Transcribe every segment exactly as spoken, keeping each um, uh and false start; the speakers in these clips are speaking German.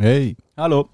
Hey. Hallo.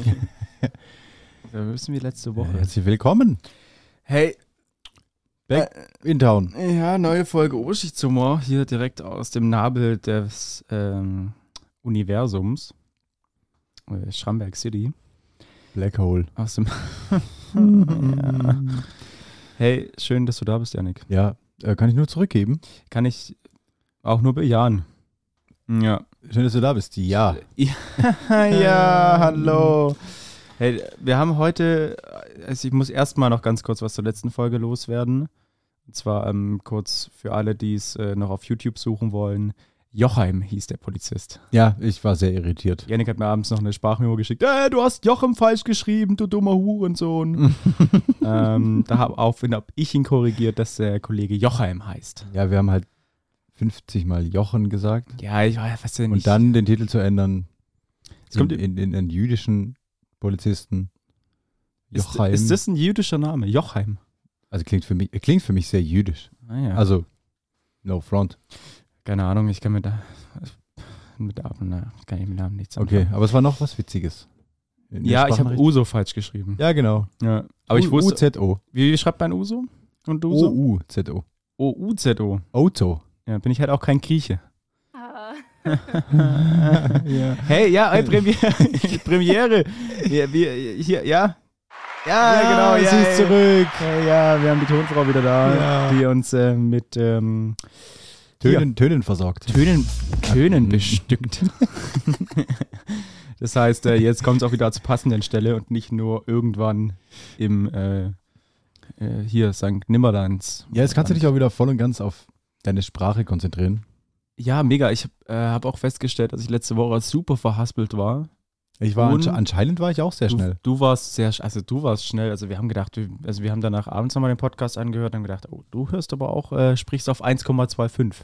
Wir wissen wie letzte Woche. Herzlich willkommen. Hey. Back äh, in town. Ja, neue Folge Oberschichtshumor. Hier direkt aus dem Nabel des ähm, Universums. Äh, Schramberg City. Black Hole. Aus dem ja. Hey, schön, dass du da bist, Yannick. Ja, äh, kann ich nur zurückgeben. Kann ich auch nur bejahen. Ja. Schön, dass du da bist. Ja. Ja, hallo. Hey, wir haben heute, also ich muss erstmal noch ganz kurz was zur letzten Folge loswerden. Und zwar ähm, kurz für alle, die es äh, noch auf YouTube suchen wollen. Jochheim hieß der Polizist. Ja, ich war sehr irritiert. Yannick hat mir abends noch eine Sprachmemo geschickt. Äh, du hast Jochem falsch geschrieben, du dummer Hurensohn. ähm, da habe auch, hab ich ihn korrigiert, dass der Kollege Jochheim heißt. Ja, wir haben halt fünfzig Mal Jochen gesagt. Ja, ich weiß ja nicht. Und dann den Titel zu ändern es kommt in, in, in einen jüdischen Polizisten. Jochheim. Ist, ist das ein jüdischer Name? Jochheim? Also klingt für mich, klingt für mich sehr jüdisch. Ah, ja. Also, no front. Keine Ahnung, ich kann mit der mit der na, kann ich mit Namen nichts anfangen. Okay, aber es war noch was Witziges. Ja, ich habe Uso falsch geschrieben. Ja, genau. Ja, aber ich wusste. U Z O. Wie, wie schreibt man Uso? Und Uso? O U Z O. O U Z O. Oto. Ja, bin ich halt auch kein Grieche. Ah. Ja. Hey, ja, hey, Premiere. Premiere. Ja, wir, hier, ja. Ja, ja, genau. Ja, sie ist zurück. Ja, ja, wir haben die Tonfrau wieder da, ja. die uns äh, mit ähm, Tönen, Tönen versorgt. Tönen, Tönen bestückt. Das heißt, äh, jetzt kommt es auch wieder zur passenden Stelle und nicht nur irgendwann im äh, äh, hier Sankt Nimmerlands. Ja, jetzt kannst du dich auch wieder voll und ganz auf deine Sprache konzentrieren. Ja, mega. Ich äh, habe auch festgestellt, dass ich letzte Woche super verhaspelt war. Ich war Und anscheinend war ich auch sehr du, schnell. Du warst sehr, also du warst schnell. Also wir haben gedacht, wir, also wir haben danach abends nochmal den Podcast angehört und haben gedacht, oh, du hörst aber auch, äh, sprichst auf eins Komma fünfundzwanzig.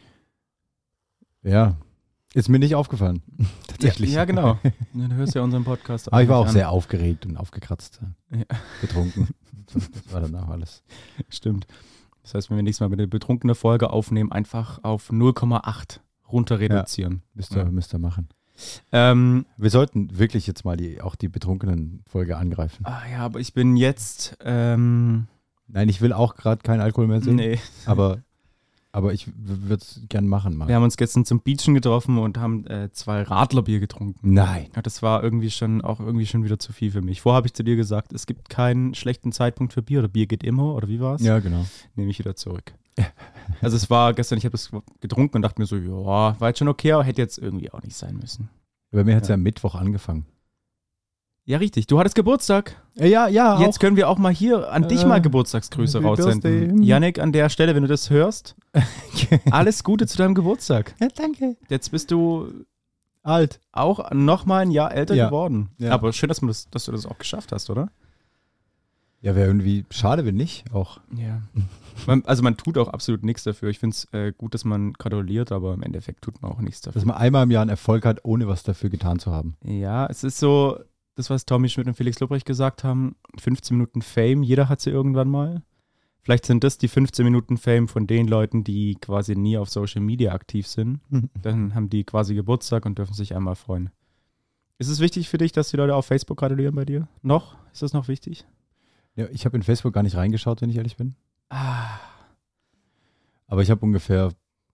Ja, ist mir nicht aufgefallen. Tatsächlich. Ja, ja, genau. Du hörst ja unseren Podcast. Aber ich war auch an. sehr aufgeregt und aufgekratzt. Ja. Betrunken. Das war danach alles. Stimmt. Das heißt, wenn wir nächstes Mal eine betrunkene Folge aufnehmen, einfach auf null Komma acht runter reduzieren. Ja, müsst ihr, ja. müsst ihr machen. Ähm, wir sollten wirklich jetzt mal die, auch die betrunkenen Folge angreifen. Ah ja, aber ich bin jetzt... Ähm, Nein, ich will auch gerade keinen Alkohol mehr sehen. Nee. Aber, aber ich würde es gern machen. Mal. Wir haben uns gestern zum Beachen getroffen und haben äh, zwei Radlerbier getrunken. Nein. Ja, das war irgendwie schon auch irgendwie schon wieder zu viel für mich. Vorher habe ich zu dir gesagt, es gibt keinen schlechten Zeitpunkt für Bier oder Bier geht immer oder wie war's? Ja, genau. Nehme ich wieder zurück. Also es war gestern, ich habe das getrunken und dachte mir so, ja, war jetzt schon okay, aber hätte jetzt irgendwie auch nicht sein müssen. Bei mir hat es ja. ja am Mittwoch angefangen. Ja, richtig, du hattest Geburtstag. Ja, ja. Jetzt auch. können wir auch mal hier an dich äh, mal Geburtstagsgrüße raussenden. Yannick, an der Stelle, wenn du das hörst, alles Gute zu deinem Geburtstag. Ja, danke. Jetzt bist du alt. Auch noch mal ein Jahr älter ja. geworden. Ja. Aber schön, dass, man das, dass du das auch geschafft hast, oder? Ja, wäre irgendwie schade, wenn nicht auch. Ja. Man, also man tut auch absolut nichts dafür. Ich finde es äh, gut, dass man gratuliert, aber im Endeffekt tut man auch nichts dafür. Dass man einmal im Jahr einen Erfolg hat, ohne was dafür getan zu haben. Ja, es ist so, das, was Tommy Schmidt und Felix Lobrecht gesagt haben, fünfzehn Minuten Fame, jeder hat sie irgendwann mal. Vielleicht sind das die fünfzehn Minuten Fame von den Leuten, die quasi nie auf Social Media aktiv sind. Dann haben die quasi Geburtstag und dürfen sich einmal freuen. Ist es wichtig für dich, dass die Leute auf Facebook gratulieren bei dir? Noch? Ist das noch wichtig? Ja, ich habe in Facebook gar nicht reingeschaut, wenn ich ehrlich bin. Ah. Aber ich habe ungefähr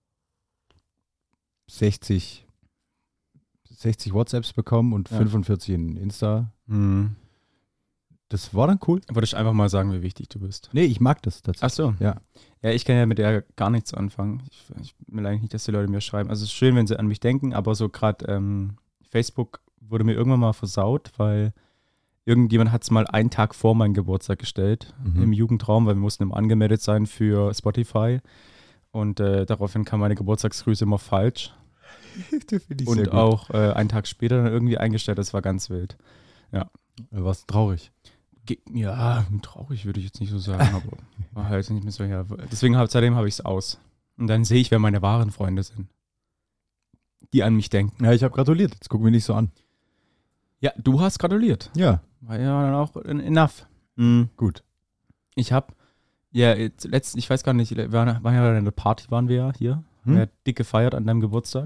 sechzig, sechzig WhatsApps bekommen und ja. fünfundvierzig in Insta. Hm. Das war dann cool. Wollte ich einfach mal sagen, wie wichtig du bist. Nee, ich mag das tatsächlich. Ach so. Ja. Ja, ich kann ja mit der gar nichts anfangen. Ich, ich will eigentlich nicht, dass die Leute mir schreiben. Also es ist schön, wenn sie an mich denken, aber so gerade ähm, Facebook wurde mir irgendwann mal versaut, weil irgendjemand hat es mal einen Tag vor meinem Geburtstag gestellt, mhm. im Jugendraum, weil wir mussten immer angemeldet sein für Spotify. Und äh, daraufhin kam meine Geburtstagsgrüße immer falsch. Und auch äh, einen Tag später dann irgendwie eingestellt. Das war ganz wild. Ja. Warst traurig? Ge- ja, traurig würde ich jetzt nicht so sagen, aber war halt nicht mehr so, ja. Deswegen hab, seitdem habe ich es aus. Und dann sehe ich, wer meine wahren Freunde sind. Die an mich denken. Ja, ich habe gratuliert. Jetzt gucken wir nicht so an. Ja, du hast gratuliert. Ja. War ja dann auch enough. Mhm. Gut. Ich habe, ja, jetzt, letzt, ich weiß gar nicht, wir waren, waren ja in der Party, waren wir ja hier. Hm? Wir haben dick gefeiert an deinem Geburtstag.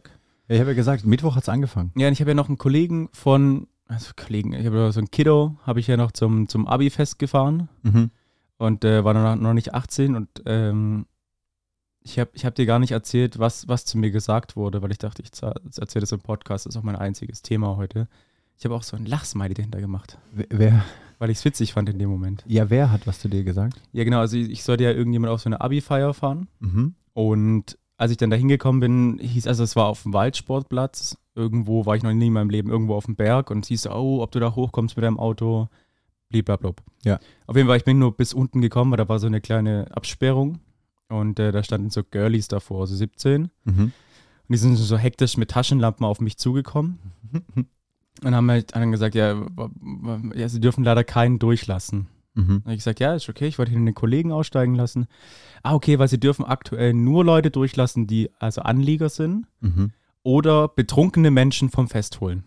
Ja, ich habe ja gesagt, Mittwoch hat es angefangen. Ja, und ich habe ja noch einen Kollegen von, also Kollegen, ich habe ja so einen Kiddo, habe ich ja noch zum, zum Abi-Fest gefahren Mhm. und äh, war noch, noch nicht achtzehn und ähm, ich habe ich hab dir gar nicht erzählt, was, was zu mir gesagt wurde, weil ich dachte, ich erzähle das im Podcast, das ist auch mein einziges Thema heute. Ich habe auch so ein Lachsmiley dahinter gemacht. Wer? Weil ich es witzig fand in dem Moment. Ja, wer hat was zu dir gesagt? Ja, genau, also ich, ich sollte ja irgendjemand auf so eine Abi-Feier fahren. Mhm. Und als ich dann da hingekommen bin, hieß, also es war auf dem Waldsportplatz, irgendwo war ich noch nie in meinem Leben, irgendwo auf dem Berg und es hieß, oh, ob du da hochkommst mit deinem Auto, blablabla. Ja. Auf jeden Fall, ich bin nur bis unten gekommen, weil da war so eine kleine Absperrung und äh, da standen so Girlies davor, so siebzehn. Mhm. Und die sind so hektisch mit Taschenlampen auf mich zugekommen. Und haben halt dann gesagt, ja, ja, sie dürfen leider keinen durchlassen. Mhm. Dann habe ich gesagt, ja, ist okay, ich wollte hier einen Kollegen aussteigen lassen. Ah, okay, weil sie dürfen aktuell nur Leute durchlassen, die also Anlieger sind Mhm. oder betrunkene Menschen vom Fest holen.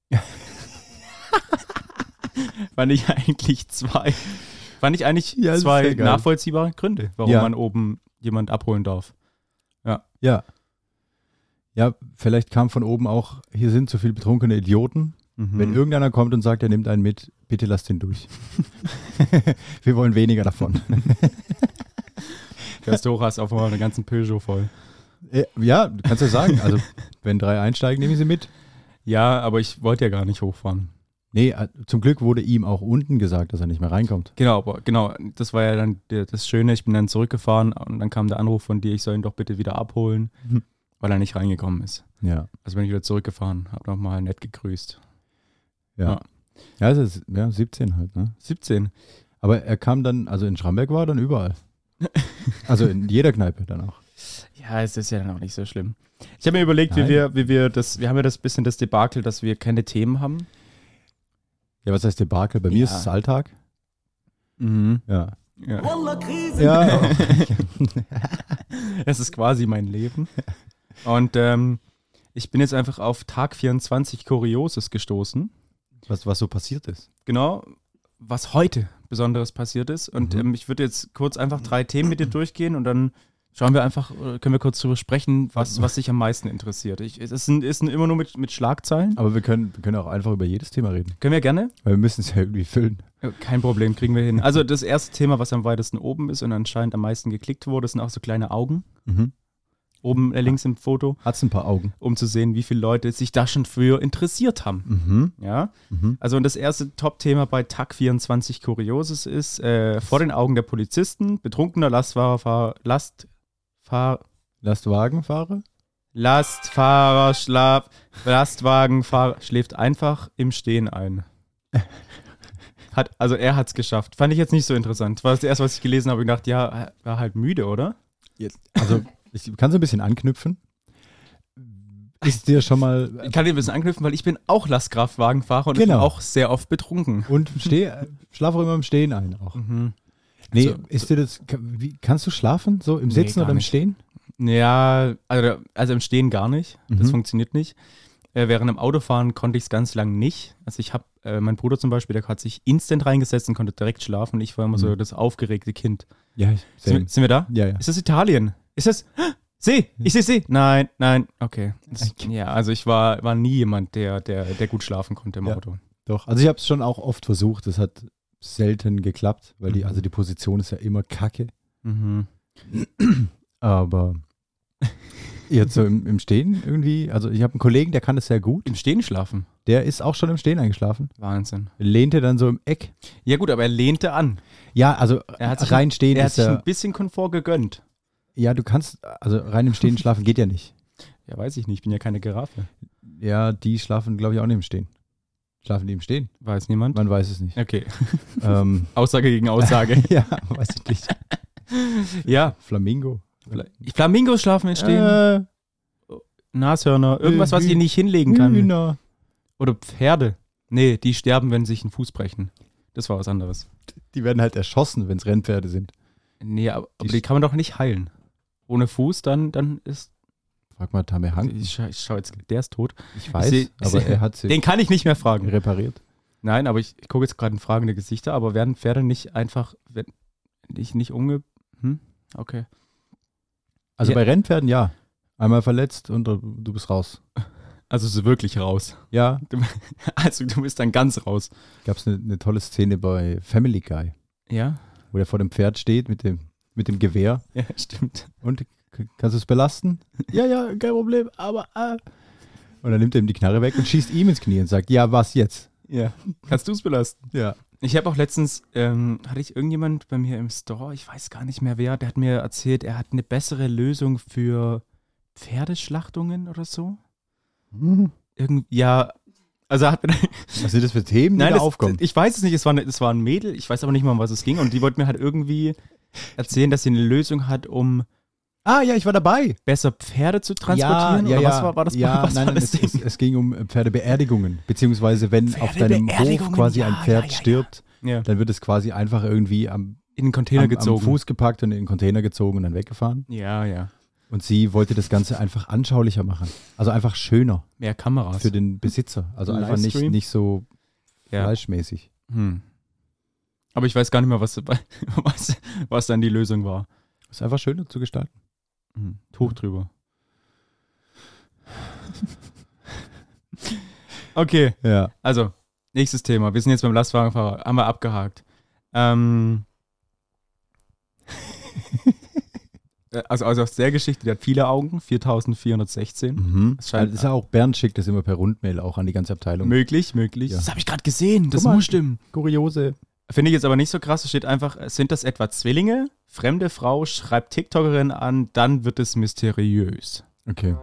Fand ich eigentlich zwei, fand ich eigentlich Ja, das ist zwei sehr geil. nachvollziehbare Gründe, warum Ja. man oben jemand abholen darf. Ja. Ja, vielleicht kam von oben auch, hier sind zu viele betrunkene Idioten. Mhm. Wenn irgendeiner kommt und sagt, er nimmt einen mit, bitte lasst ihn durch. Wir wollen weniger davon. Fährst du hoch, hast auf einmal einen ganzen Peugeot voll. Äh, Ja, du kannst ja sagen, also wenn drei einsteigen, nehme ich sie mit. Ja, aber ich wollte ja gar nicht hochfahren. Nee, äh, zum Glück wurde ihm auch unten gesagt, dass er nicht mehr reinkommt. Genau, aber genau, das war ja dann der, das Schöne, ich bin dann zurückgefahren und dann kam der Anruf von dir, ich soll ihn doch bitte wieder abholen, Mhm. weil er nicht reingekommen ist. Ja, Also bin ich wieder zurückgefahren, habe nochmal nett gegrüßt. ja. Ja. Ja, es ist ja, siebzehn halt, ne? siebzehn. Aber er kam dann, also in Schramberg war er dann überall. Also in jeder Kneipe dann auch. Ja, es ist ja dann auch nicht so schlimm. Ich habe mir überlegt, wie Nein. wir, wie wir das, wir haben ja das bisschen das Debakel, dass wir keine Themen haben. Ja, was heißt Debakel? Bei mir Ja. ist es Alltag. Mhm. Ja. Ja. Ja. Es ist quasi mein Leben. Und ähm, ich bin jetzt einfach auf Tag vierundzwanzig Kurioses gestoßen. was, was so passiert ist. Genau, was heute Besonderes passiert ist. Und Mhm. ähm, ich würde jetzt kurz einfach drei Themen mit dir durchgehen und dann schauen wir einfach, äh, können wir kurz darüber sprechen, was, was dich am meisten interessiert. Ich, es ist, ein, ist ein immer nur mit, mit Schlagzeilen. Aber wir können, wir können auch einfach über jedes Thema reden. Können wir gerne? Weil wir müssen es ja irgendwie füllen. Ja, kein Problem, kriegen wir hin. Also das erste Thema, was am weitesten oben ist und anscheinend am meisten geklickt wurde, sind auch so kleine Augen. Mhm. Oben äh, links im Foto, Hat's ein paar Augen. um zu sehen, wie viele Leute sich da schon für interessiert haben. Mhm. Ja, Mhm. also und das erste Top-Thema bei Tag vierundzwanzig Kurioses ist, äh, vor den Augen der Polizisten, betrunkener Lastfahrer, Fahr, Lastfahr, Lastwagenfahrer? Lastfahrer schlaf, Lastwagenfahrer schläft einfach im Stehen ein. Hat, also er hat es geschafft. Fand ich jetzt nicht so interessant. War das erste, was ich gelesen habe, ich gedacht, ja, er war halt müde, oder? Jetzt. Also, ich kann so ein bisschen anknüpfen. Ist dir schon mal. Ich kann dir ein bisschen anknüpfen, weil ich bin auch Lastkraftwagenfahrer und ich Genau. bin auch sehr oft betrunken. Und steh, schlaf auch immer im Stehen ein auch. Mhm. Nee, So- ist dir das. Wie, kannst du schlafen? So im Nee, Sitzen gar oder im nicht. Stehen? Ja, also, also im Stehen gar nicht. Das Mhm. funktioniert nicht. Äh, während dem Autofahren konnte ich es ganz lang nicht. Also ich habe, äh, mein Bruder zum Beispiel, der hat sich instant reingesetzt und konnte direkt schlafen. Ich war immer so Mhm. das aufgeregte Kind. Ja, ich, Sind wir, sind wir da? ja, ja. Ist das Italien? Ist das See? Ich sehe See. Nein, nein, okay. Das, ja, also ich war, war nie jemand, der, der, der gut schlafen konnte im Ja. Auto. Doch. Also ich habe es schon auch oft versucht. Das hat selten geklappt, weil die, Mhm. also die Position ist ja immer kacke. Mhm. Aber jetzt so im, im Stehen irgendwie, also ich habe einen Kollegen, der kann das sehr gut. Im Stehen schlafen. Der ist auch schon im Stehen eingeschlafen. Wahnsinn. Lehnte dann so im Eck. Ja gut, aber er lehnte an. Ja, also Er hat sich, rein stehen er hat ist sich ja, ein bisschen Komfort gegönnt. ja, du kannst, also rein im Stehen schlafen geht ja nicht. Ja, weiß ich nicht. Ich bin ja keine Giraffe. Ja, die schlafen, glaube ich, auch nicht im Stehen. Schlafen die im Stehen? Weiß niemand? Man weiß es nicht. Okay. ähm, Aussage gegen Aussage. ja, weiß ich nicht. Ja. Flamingo. Flamingos schlafen im Stehen. Äh, Nashörner. Irgendwas, was Hü- ich nicht hinlegen kann. Hühner. Oder Pferde. Nee, die sterben, wenn sie sich einen Fuß brechen. Das war was anderes. Die werden halt erschossen, wenn es Rennpferde sind. Nee, aber Die die, die kann man doch nicht heilen. Ohne Fuß, dann, dann ist. Frag mal Tame Hank. Ich, scha- ich schau jetzt, der ist tot. Ich weiß, seh- ich aber seh- er hat sie Den kann ich nicht mehr fragen. repariert. Nein, aber ich, ich gucke jetzt gerade in fragende Gesichter, aber werden Pferde nicht einfach, wenn nicht, nicht unge. Hm? Okay. Also Ja. bei Rennpferden ja. Einmal verletzt und du du bist raus. Also so wirklich raus. Ja. Du, also du bist dann ganz raus. Gab es eine, eine tolle Szene bei Family Guy, Ja? wo der vor dem Pferd steht mit dem, mit dem Gewehr. Ja, stimmt. Und k- kannst du es belasten? ja, ja, kein Problem, aber. Äh. Und dann nimmt er ihm die Knarre weg und schießt ihm ins Knie und sagt, ja, was jetzt? Ja. Kannst du es belasten? Ja. Ich habe auch letztens, ähm, hatte ich irgendjemand bei mir im Store, ich weiß gar nicht mehr wer, der hat mir erzählt, er hat eine bessere Lösung für Pferdeschlachtungen oder so. Hm. Irgend, ja, also er hat mir, Was sind das für Themen, die nein, da das, aufkommen? ich weiß es nicht, es war, eine, es war ein Mädel, ich weiß aber nicht mal, um was es ging und die wollte mir halt irgendwie erzählen, dass sie eine Lösung hat, um Ah, ja, ich war dabei. besser Pferde zu transportieren, ja, oder ja, was war, war das? Ja, was nein, war nein, das es, es, es ging um Pferdebeerdigungen, beziehungsweise wenn auf deinem Hof Pferdebeerdigungen, quasi ein ja, Pferd ja, ja, ja. stirbt, Ja, dann wird es quasi einfach irgendwie am, in den Container am, gezogen. am Fuß gepackt und in den Container gezogen und dann weggefahren. Ja, ja. Und sie wollte das Ganze einfach anschaulicher machen. Also einfach schöner Mehr Kameras. für den Besitzer. Also einfach nicht, Livestream? nicht so Ja. fleischmäßig. Hm. Aber ich weiß gar nicht mehr, was, was, was dann die Lösung war. Ist einfach schöner zu gestalten. Hm. Tuch drüber. Okay, Ja. also, nächstes Thema. Wir sind jetzt beim Lastwagenfahrer. Haben wir abgehakt. Ähm. also, also aus der Geschichte, der hat viele Augen, viertausendvierhundertsechzehn. Mhm. Das scheint- Das ist ja auch, Bernd schickt das immer per Rundmail auch an die ganze Abteilung. Möglich, möglich. Ja. Das habe ich gerade gesehen. Das Guck mal. muss stimmen. Kuriose. Finde ich jetzt aber nicht so krass. Es steht einfach, sind das etwa Zwillinge? Fremde Frau schreibt TikTokerin an, dann wird es mysteriös. Okay.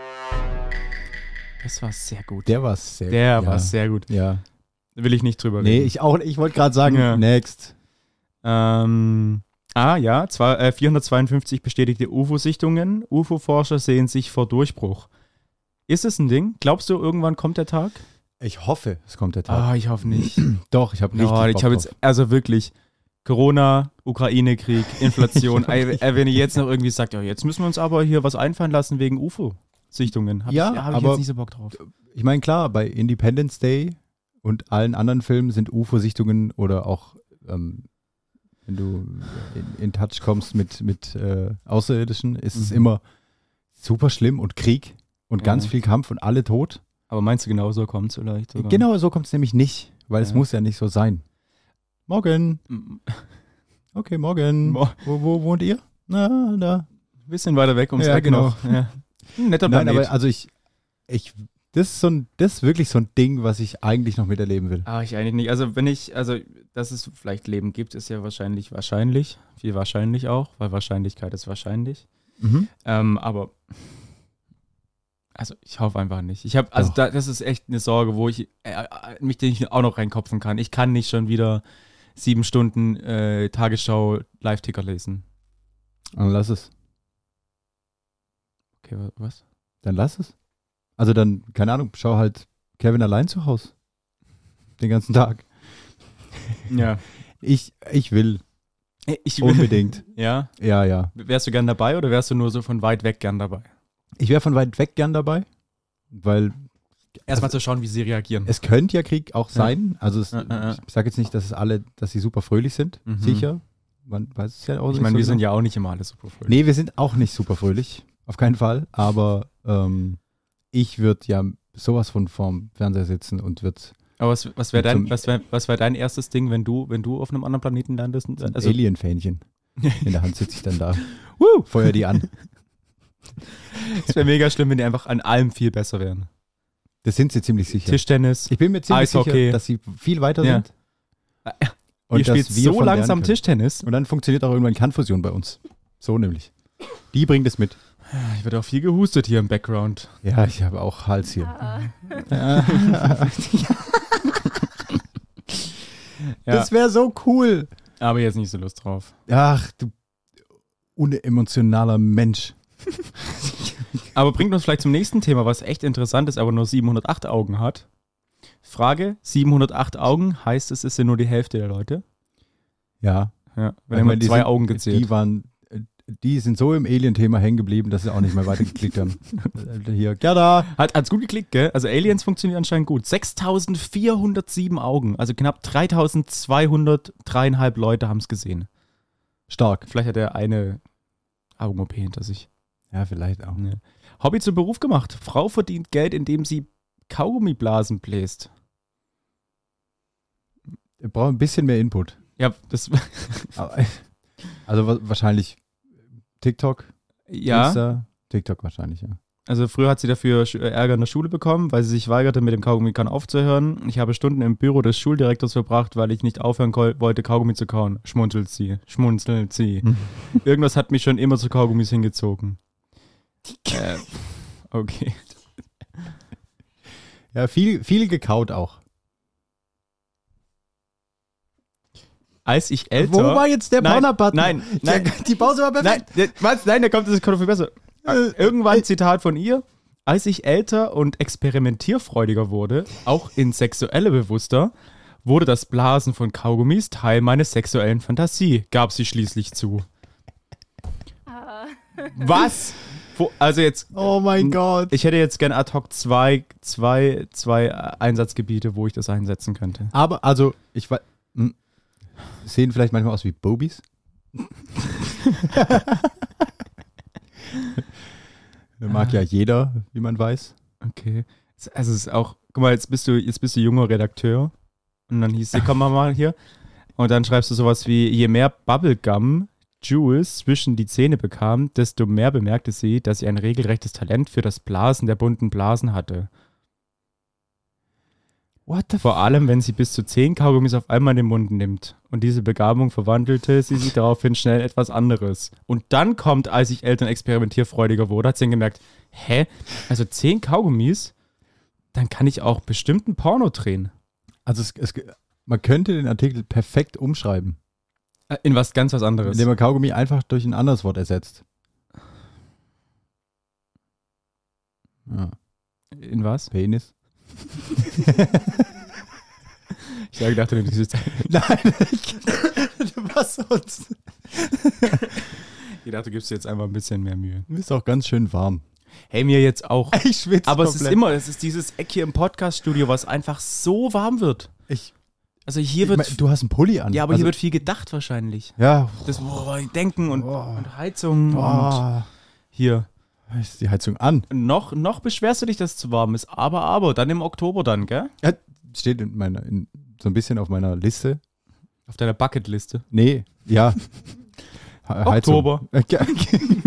Das war sehr gut. Der war sehr Der ja. war sehr gut. Ja. Will ich nicht drüber Nee, reden. ich auch Ich wollte gerade sagen, Ja. next. Ähm, ah ja, zwar, äh, vierhundertzweiundfünfzig bestätigte U F O-Sichtungen. U F O-Forscher sehen sich vor Durchbruch. Ist es ein Ding? Glaubst du, irgendwann kommt der Tag? Ich hoffe, es kommt der Tag. Ah, ich hoffe nicht. Doch, ich habe richtig No, Bock ich habe drauf. jetzt, also wirklich, Corona, Ukraine-Krieg, Inflation. Ey, ey, wenn ihr jetzt noch irgendwie sagt, ja, jetzt müssen wir uns aber hier was einfallen lassen wegen U F O-Sichtungen. Hab Ja, ich, hab ich aber- jetzt nicht so Bock drauf. Ich meine, klar, bei Independence Day und allen anderen Filmen sind U F O-Sichtungen oder auch, ähm, wenn du in, in Touch kommst mit, mit äh, Außerirdischen, ist es Mhm. immer super schlimm und Krieg und Ja. ganz viel Kampf und alle tot. Aber meinst du, genau so kommt es vielleicht sogar? Genau so kommt es nämlich nicht, weil es Ja. muss ja nicht so sein. Morgen. Mm, Okay, morgen. Mo- wo, wo wohnt ihr? Na, da. Ein bisschen weiter weg ums Ja, Eck genau. noch. Ja. Ein netter Nein, Planet. aber also ich, ich, das ist so ein, das ist wirklich so ein Ding, was ich eigentlich noch miterleben will. Ah, ich eigentlich nicht. Also wenn ich, also dass es vielleicht Leben gibt, ist ja wahrscheinlich wahrscheinlich. Viel wahrscheinlich auch, weil Wahrscheinlichkeit ist wahrscheinlich. Mhm. Ähm, aber also ich hoffe einfach nicht. Ich habe, also Doch. da, das ist echt eine Sorge, wo ich äh, äh, mich den ich auch noch reinkopfen kann. Ich kann nicht schon wieder sieben Stunden äh, Tagesschau Live-Ticker lesen. Dann lass es. Okay, wa- was? Dann lass es. Also dann, keine Ahnung, schau halt Kevin allein zu Hause. Den ganzen Tag. Ja. Ich, ich will. Ich Unbedingt. Ja. Ja, ja. Wärst du gern dabei oder wärst du nur so von weit weg gern dabei? Ich wäre von weit weg gern dabei, weil Erstmal zu schauen, wie sie reagieren. es könnte ja Krieg auch Ja. sein. Also es, Ja, ja, ja. ich sage jetzt nicht, dass es alle, dass sie super fröhlich sind. Mhm. Sicher. Man weiß es ja auch Ich nicht meine, so wir genau. sind ja auch nicht immer alle super fröhlich. Nee, wir sind auch nicht super fröhlich. Auf keinen Fall. Aber ähm, ich würde ja sowas von vorm Fernseher sitzen und würde Aber was, was wäre dein, Zum- was wär, was wär dein erstes Ding, wenn du, wenn du auf einem anderen Planeten landest? so ein Also, Alien-Fähnchen in der Hand sitze ich dann da. Woo! Feuer die an. es wäre mega schlimm, wenn die einfach an allem viel besser wären. Das sind sie ziemlich sicher. Tischtennis. Ich bin mir ziemlich Eishockey. sicher, dass sie viel weiter Ja. sind. Ihr Und dass spielt wir so von lernen langsam können. Tischtennis. Und dann funktioniert auch irgendwann Kernfusion bei uns. So nämlich. Die bringt es mit. Ich werde auch viel gehustet hier im Background. Ja, ich habe auch Hals hier. Ah. Ja, Das wäre so cool. aber jetzt nicht so Lust drauf. Ach, du unemotionaler Mensch. Aber bringt uns vielleicht zum nächsten Thema, was echt interessant ist, aber nur siebenhundertacht Augen hat. Frage, siebenhundertacht Augen, heißt es, es sind nur die Hälfte der Leute? Ja. Ja, wenn Ich immer meine, die zwei sind- Augen gezählt. Die waren, die sind so im Alien-Thema hängen geblieben, dass sie auch nicht mehr weitergeklickt haben. Hier, Gerda. Hat, hat's gut geklickt, gell? Also Aliens funktionieren anscheinend gut. sechstausendvierhundertsieben Augen, also knapp dreitausendzweihundert, dreieinhalb Leute haben es gesehen. Stark. Vielleicht hat er eine Augen-O P hinter sich. Ja, vielleicht auch. Ja. Hobby zum Beruf gemacht. Frau verdient Geld, indem sie Kaugummiblasen bläst. Wir brauchen ein bisschen mehr Input. Ja, das... Also wa- wahrscheinlich TikTok. ja, Insta, TikTok wahrscheinlich, ja. also früher hat sie dafür Sch- Ärger in der Schule bekommen, weil sie sich weigerte, mit dem Kaugummi-Kauen aufzuhören. Ich habe Stunden im Büro des Schuldirektors verbracht, weil ich nicht aufhören ko- wollte, Kaugummi zu kauen. Schmunzelt sie, schmunzelt sie. Irgendwas hat mich schon immer zu Kaugummis hingezogen. äh, okay. Ja, viel, viel gekaut auch. Als ich älter... Wo war jetzt der Nein, Porno-Button? nein, nein. Der, die Pause war Nein, perfekt. der- was? Nein, da kommt das kommt viel besser. Irgendwann Zitat von ihr. Als ich älter und experimentierfreudiger wurde, auch in sexuelle bewusster, wurde das Blasen von Kaugummis Teil meiner sexuellen Fantasie, gab sie schließlich zu. Ah. Was? Wo, also jetzt, Oh mein Gott. ich hätte jetzt gerne ad hoc zwei, zwei, zwei Einsatzgebiete, wo ich das einsetzen könnte. Aber, also, ich weiß, sehen vielleicht manchmal aus wie Bobies. Mag ja jeder, wie man weiß. Okay. Also es ist auch, guck mal, jetzt bist du, jetzt bist du junger Redakteur. Und dann hieß sie, komm mal mal hier. Und dann schreibst du sowas wie, je mehr Bubblegum Jules zwischen die Zähne bekam, desto mehr bemerkte sie, dass sie ein regelrechtes Talent für das Blasen der bunten Blasen hatte. What the Vor allem, wenn sie bis zu zehn Kaugummis auf einmal in den Mund nimmt. Und diese Begabung verwandelte sie sich daraufhin schnell in etwas anderes. Und dann kommt, als ich Eltern experimentierfreudiger wurde, hat sie dann gemerkt, hä, also zehn Kaugummis, dann kann ich auch bestimmten Porno drehen. Also, es, es, man könnte den Artikel perfekt umschreiben, Äh, In was ganz was anderes. indem man Kaugummi einfach durch ein anderes Wort ersetzt. Ja. In was? Penis. Ich habe gedacht, du dieses Nein, was sonst? Ich dachte, du gibst dir jetzt einfach ein bisschen mehr Mühe. Mir ist auch ganz schön warm. Hey, mir jetzt auch. Ich schwitze Aber es ist immer, es ist dieses Eck hier im Podcaststudio, was einfach so warm wird. Ich, Also hier ich wird, mein, du hast einen Pulli an. ja, aber also, hier wird viel gedacht wahrscheinlich. Ja. Das oh, Denken und, Oh. und Heizung und Oh, hier. ist die Heizung an? Noch, noch beschwerst du dich, dass es zu warm ist, aber, aber, dann im Oktober dann, gell? Ja, steht in meiner, in, so ein bisschen auf meiner Liste. Auf deiner Bucketliste. Nee, ja. He- Oktober. Heizung.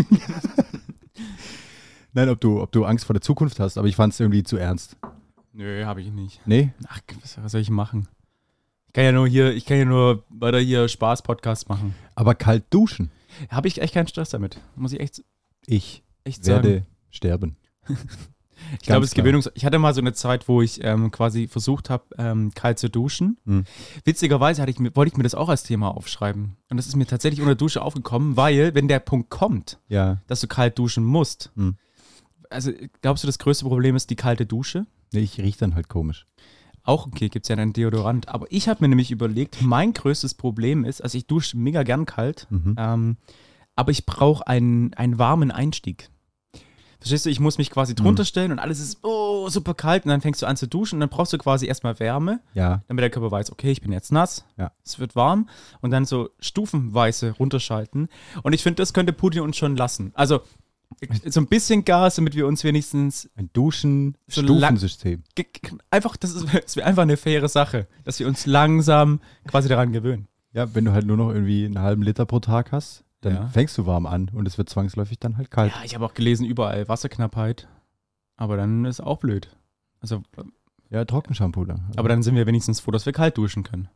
Nein, ob du, ob du Angst vor der Zukunft hast, aber ich fand es irgendwie zu ernst. Nö, habe ich nicht. Nee? Ach, was, was soll ich machen? Ich kann ja nur hier, ich kann ja nur weiter hier Spaß-Podcast machen. Aber kalt duschen. Habe ich echt keinen Stress damit. Muss ich echt, Ich echt werde sagen. sterben. Ich glaube, Ganz es ist klar. Gewöhnungs... Ich hatte mal so eine Zeit, wo ich ähm, quasi versucht habe, ähm, kalt zu duschen. Hm. Witzigerweise hatte ich mir, wollte ich mir das auch als Thema aufschreiben. Und das ist mir tatsächlich unter der Dusche aufgekommen, weil, wenn der Punkt kommt, Ja. dass du kalt duschen musst, Hm. also glaubst du, das größte Problem ist die kalte Dusche? Nee, ich rieche dann halt komisch. Auch okay, gibt es ja einen Deodorant. Aber ich habe mir nämlich überlegt, mein größtes Problem ist, also ich dusche mega gern kalt, Mhm. ähm, aber ich brauche einen, einen warmen Einstieg. Verstehst du, ich muss mich quasi drunter stellen und alles ist oh, super kalt und dann fängst du an zu duschen und dann brauchst du quasi erstmal Wärme, Ja. damit der Körper weiß, okay, ich bin jetzt nass, Ja. es wird warm und dann so stufenweise runterschalten. Und ich finde, das könnte Putin uns schon lassen. Also so ein bisschen Gas, damit wir uns wenigstens Ein Duschen, So Stufensystem. ge- ge- einfach, das ist, das wäre einfach eine faire Sache, dass wir uns langsam quasi daran gewöhnen. Ja, wenn du halt nur noch irgendwie einen halben Liter pro Tag hast, dann Ja. fängst du warm an und es wird zwangsläufig dann halt kalt. Ja, ich habe auch gelesen, überall Wasserknappheit, aber dann ist auch blöd. Also, Ja, Trockenshampoo dann. aber dann sind wir wenigstens froh, dass wir kalt duschen können.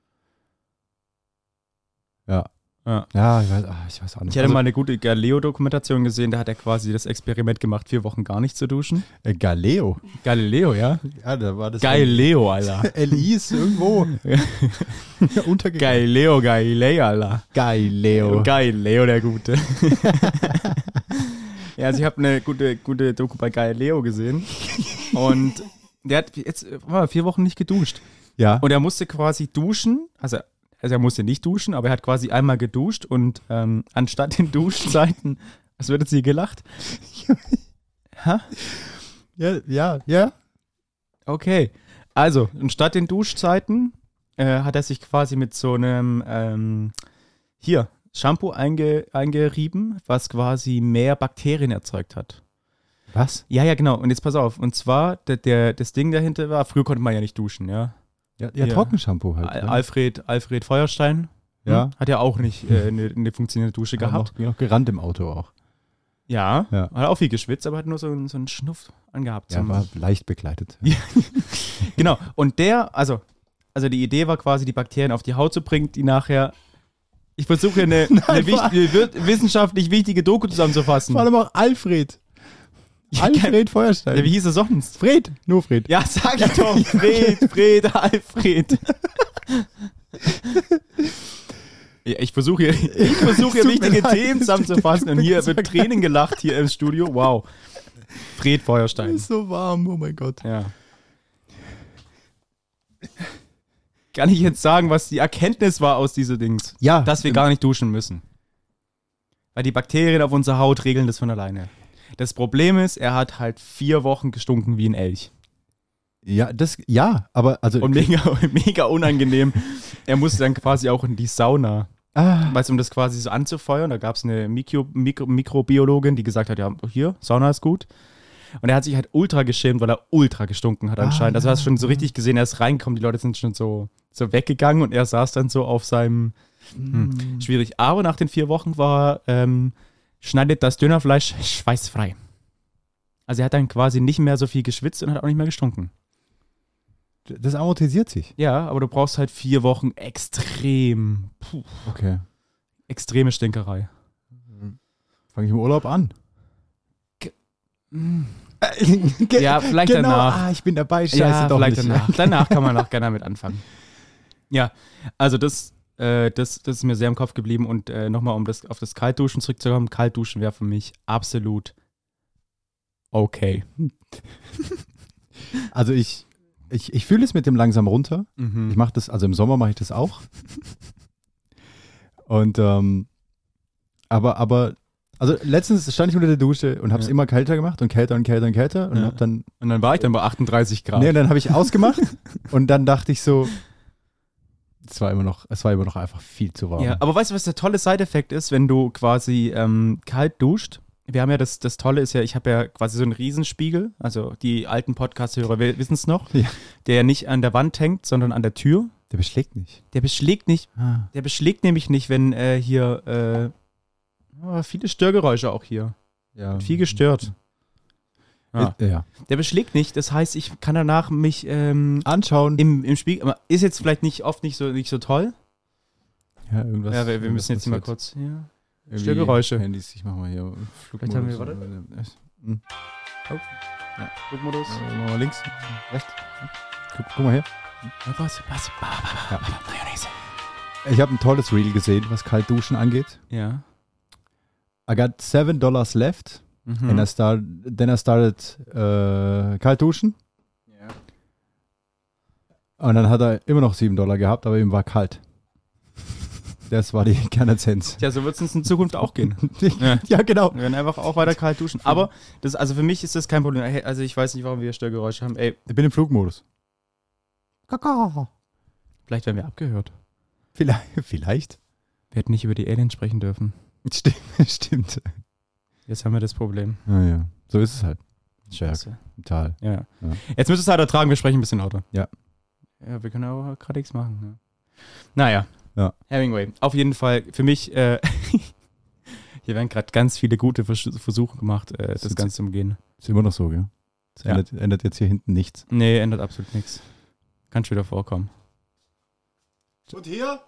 Ja. Ja. Ja, ich weiß, ach, ich weiß auch nicht. Ich hatte Also, mal eine gute Galileo-Dokumentation gesehen, da hat er quasi das Experiment gemacht, vier Wochen gar nicht zu duschen. äh, Galileo. Galileo, ja? Ja, da war das. Galileo, Alter. L I ist irgendwo untergegangen. Galileo, Galileo, Alter. Galileo. Galileo, der Gute. Ja, also ich habe eine gute, gute Doku bei Galileo gesehen und der hat jetzt äh, vier Wochen nicht geduscht. Ja. Und er musste quasi duschen, also, also er musste nicht duschen, aber er hat quasi einmal geduscht und ähm, anstatt den Duschzeiten, was wird jetzt hier gelacht? Ha? ja, ja, ja. Okay, also anstatt den Duschzeiten äh, hat er sich quasi mit so einem, ähm, hier, Shampoo einge, eingerieben, was quasi mehr Bakterien erzeugt hat. Was? Ja, ja, genau. Und jetzt pass auf. Und zwar, der, der, das Ding dahinter war, früher konnte man ja nicht duschen, ja. Ja, ja, Ja. Trockenshampoo halt. Al- ne? Alfred, Alfred Feuerstein Ja. hm, hat ja auch nicht äh, eine, eine funktionierende Dusche Hat gehabt. noch, noch gerannt im Auto auch. Ja, Ja. hat auch viel geschwitzt, aber hat nur so, einen- so einen Schnuff angehabt. Ja, zum- war leicht begleitet. Ja. Genau. Und der, also, also die Idee war quasi, die Bakterien auf die Haut zu bringen, die nachher. Ich versuche hier eine, eine, wicht- eine wir- wissenschaftlich wichtige Doku zusammenzufassen. Vor allem auch Alfred. Ja, Alfred Feuerstein. Ja, wie hieß er sonst? Fred, nur Fred. Ja, sag ich doch. Fred, Fred, Alfred. Ja, ich versuche hier, ich versuche hier Tut mir wichtige leid, Themen es zusammenzufassen tut und mir hier so wird leid. Tränen gelacht hier im Studio. Wow. Fred Feuerstein. Ist so warm, oh mein Gott. Ja. Kann ich jetzt sagen, was die Erkenntnis war aus dieser Dings? Ja. Dass wir gar nicht duschen müssen. Weil die Bakterien auf unserer Haut regeln das von alleine. Das Problem ist, er hat halt vier Wochen gestunken wie ein Elch. Ja, das, ja, aber also. Und mega, mega unangenehm. Er musste dann quasi auch in die Sauna. ah, Weißt du, um das quasi so anzufeuern, da gab es eine Mikro, Mikro, Mikrobiologin, die gesagt hat, ja, hier, Sauna ist gut. Und er hat sich halt ultra geschämt, weil er ultra gestunken hat anscheinend. Also hast du schon so richtig gesehen, er ist reingekommen, die Leute sind schon so, so weggegangen und er saß dann so auf seinem, hm, schwierig. Aber nach den vier Wochen war, ähm, schneidet das Dönerfleisch schweißfrei. Also er hat dann quasi nicht mehr so viel geschwitzt und hat auch nicht mehr gestunken. das amortisiert sich. Ja, aber du brauchst halt vier Wochen extrem, puh, Okay. extreme Stinkerei. Fange ich im Urlaub an. Ja, vielleicht genau. danach. Ah, ich bin dabei. Scheiße, Ja, doch vielleicht nicht. danach. Danach kann man auch gerne damit anfangen. Ja, also das, äh, das, das ist mir sehr im Kopf geblieben. Und äh, nochmal, um das, auf das Kaltduschen zurückzukommen, Kaltduschen wäre für mich absolut okay. Also ich, ich, ich fühle es mit dem langsam runter. Mhm. Ich mache das, also im Sommer mache ich das auch. Und ähm, aber, aber, also letztens stand ich unter der Dusche und habe es Ja. immer kälter gemacht und kälter und kälter und kälter und Ja. habe dann, Und dann war ich dann bei achtunddreißig Grad. nee, und dann habe ich ausgemacht und dann dachte ich so, es war immer noch, es war immer noch einfach viel zu warm. Ja, aber weißt du, was der tolle Side-Effekt ist, wenn du quasi ähm, kalt duscht? Wir haben ja das, das Tolle ist ja, ich habe ja quasi so einen Riesenspiegel, also die alten Podcast-Hörer wissen es noch, Ja. der nicht an der Wand hängt, sondern an der Tür. Der beschlägt nicht. Der beschlägt nicht, Ah. der beschlägt nämlich nicht, wenn äh, hier äh, oh, viele Störgeräusche auch hier. Ja. Wird viel gestört. Ja. Äh, ja. Der beschlägt nicht, das heißt, ich kann danach mich ähm, Anschauen. im, im Spiegel, aber ist jetzt vielleicht nicht oft nicht so, nicht so toll. ja, irgendwas. ja, wir, wir irgendwas müssen jetzt mal passiert. kurz. Ja. Irgendwie Störgeräusche. Handys, ich mach mal hier Vielleicht haben wir- Flugmodus. Hm. Flugmodus. Äh, machen wir links, rechts. Guck, guck mal her. Was? Was? Ja. Mayonnaise. Ich habe ein tolles Reel gesehen, was Kaltduschen angeht. Ja. I got seven dollars left, Mhm. and I start, then I started äh, Kaltduschen. Ja. Und dann hat er immer noch sieben Dollar gehabt, aber ihm war kalt. Das war die Kernessenz. Tja, so wird es uns in Zukunft auch gehen. ja. ja, genau. Wir werden einfach auch weiter kalt duschen. Aber das, also für mich ist das kein Problem. Hey, also ich weiß nicht, warum wir Störgeräusche haben. Ey, Ich bin im Flugmodus. Kaka. vielleicht werden wir abgehört. Vielleicht. Vielleicht. Wir hätten nicht über die Aliens sprechen dürfen. Stimmt. Stimmt. Jetzt haben wir das Problem. Naja, so ist es halt. Stark. Scheiße. Total. Ja. Ja. Jetzt müsst ihr es halt ertragen, wir sprechen ein bisschen lauter. Ja. Ja, wir können auch gerade nichts machen. Ne? Naja. Ja. Hemingway. Auf jeden Fall für mich, äh, hier werden gerade ganz viele gute Vers- Versuche gemacht, äh, das Sind Ganze zu umgehen. Ist immer noch so, gell? Das Ja. ändert, ändert jetzt hier hinten nichts. Nee, ändert absolut nichts. Kann schon wieder vorkommen. Und hier?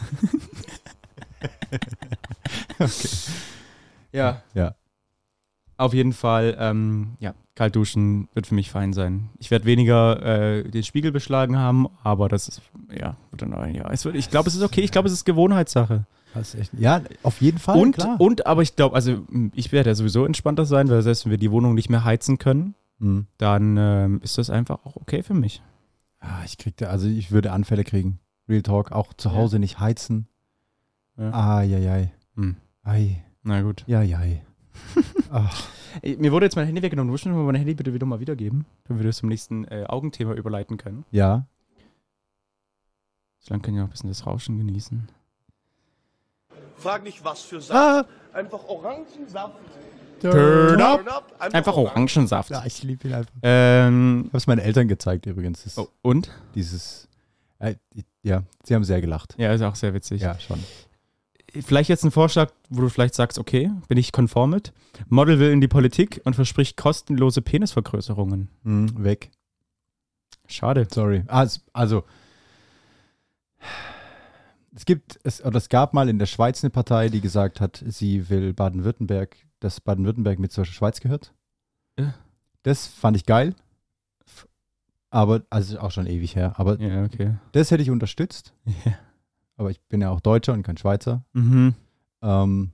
Ja. Ja. Auf jeden Fall, ähm, ja, kalt duschen wird für mich fein sein. Ich werde weniger äh, den Spiegel beschlagen haben, aber das ist, ja, wird dann, ja es wird, ich glaube, es ist okay. Ich glaube, es ist Gewohnheitssache. Das ist echt, ja, auf jeden Fall, und, klar. und, aber ich glaube, also ich werde ja sowieso entspannter sein, weil selbst wenn wir die Wohnung nicht mehr heizen können, Mhm. dann ähm, ist das einfach auch okay für mich. Ah, ich krieg da, also ich würde Anfälle kriegen. Real Talk, auch zu Ja. Hause nicht heizen. Ja. Ah, ja, ja. Hm. Ei, Na gut. ja, ja. Ach, Ey, mir wurde jetzt mein Handy weggenommen. Du musst mir mein Handy bitte wieder mal wiedergeben, damit wir das zum nächsten äh, Augenthema überleiten können. ja. Solange können wir auch ein bisschen das Rauschen genießen. Frag nicht, was für Saft. Ah. Einfach Orangensaft. Turn up. Turn up. Einfach Orangensaft. Ja, ich liebe ihn einfach. Ähm, Ich habe es meinen Eltern gezeigt übrigens. Das, oh, und? Dieses, äh, ja, sie haben sehr gelacht. Ja, ist auch sehr witzig. Ja, schon. Vielleicht jetzt ein Vorschlag, wo du vielleicht sagst, okay, bin ich konform mit. Model will in die Politik und verspricht kostenlose Penisvergrößerungen. Hm, weg. Schade. Sorry. Ah, es, also, es gibt, es, oder es gab mal in der Schweiz eine Partei, die gesagt hat, sie will Baden-Württemberg, dass Baden-Württemberg mit zur Schweiz gehört. Ja. Das fand ich geil. Aber, also auch schon ewig her. Aber Ja, okay. das hätte ich unterstützt. Ja. Aber ich bin ja auch Deutscher und kein Schweizer. Mhm. Ähm,